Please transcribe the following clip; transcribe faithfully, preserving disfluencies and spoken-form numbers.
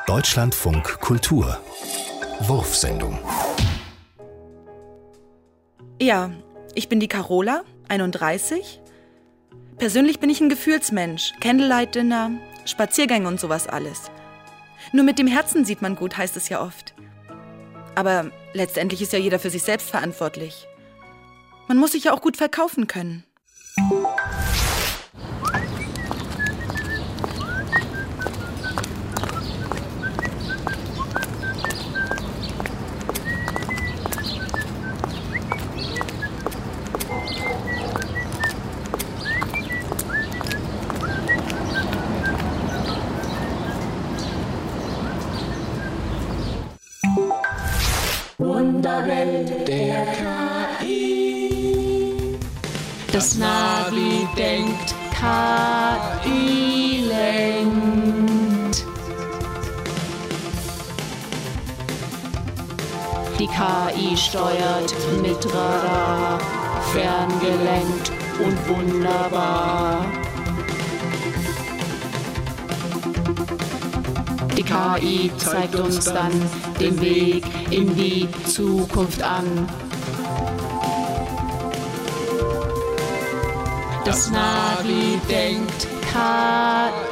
Deutschlandfunk Kultur Wurfsendung. Ja, ich bin die Carola, einunddreißig. Persönlich bin ich ein Gefühlsmensch, Candlelight-Dinner, Spaziergänge und sowas alles. Nur mit dem Herzen sieht man gut, heißt es ja oft. Aber letztendlich ist ja jeder für sich selbst verantwortlich. Man muss sich ja auch gut verkaufen können. Wunderwelt der K I. Das Navi denkt, K I lenkt. Die K I steuert mit Radar, ferngelenkt und wunderbar. Die K I zeigt uns dann den Weg in die Zukunft an. Das Navi denkt, K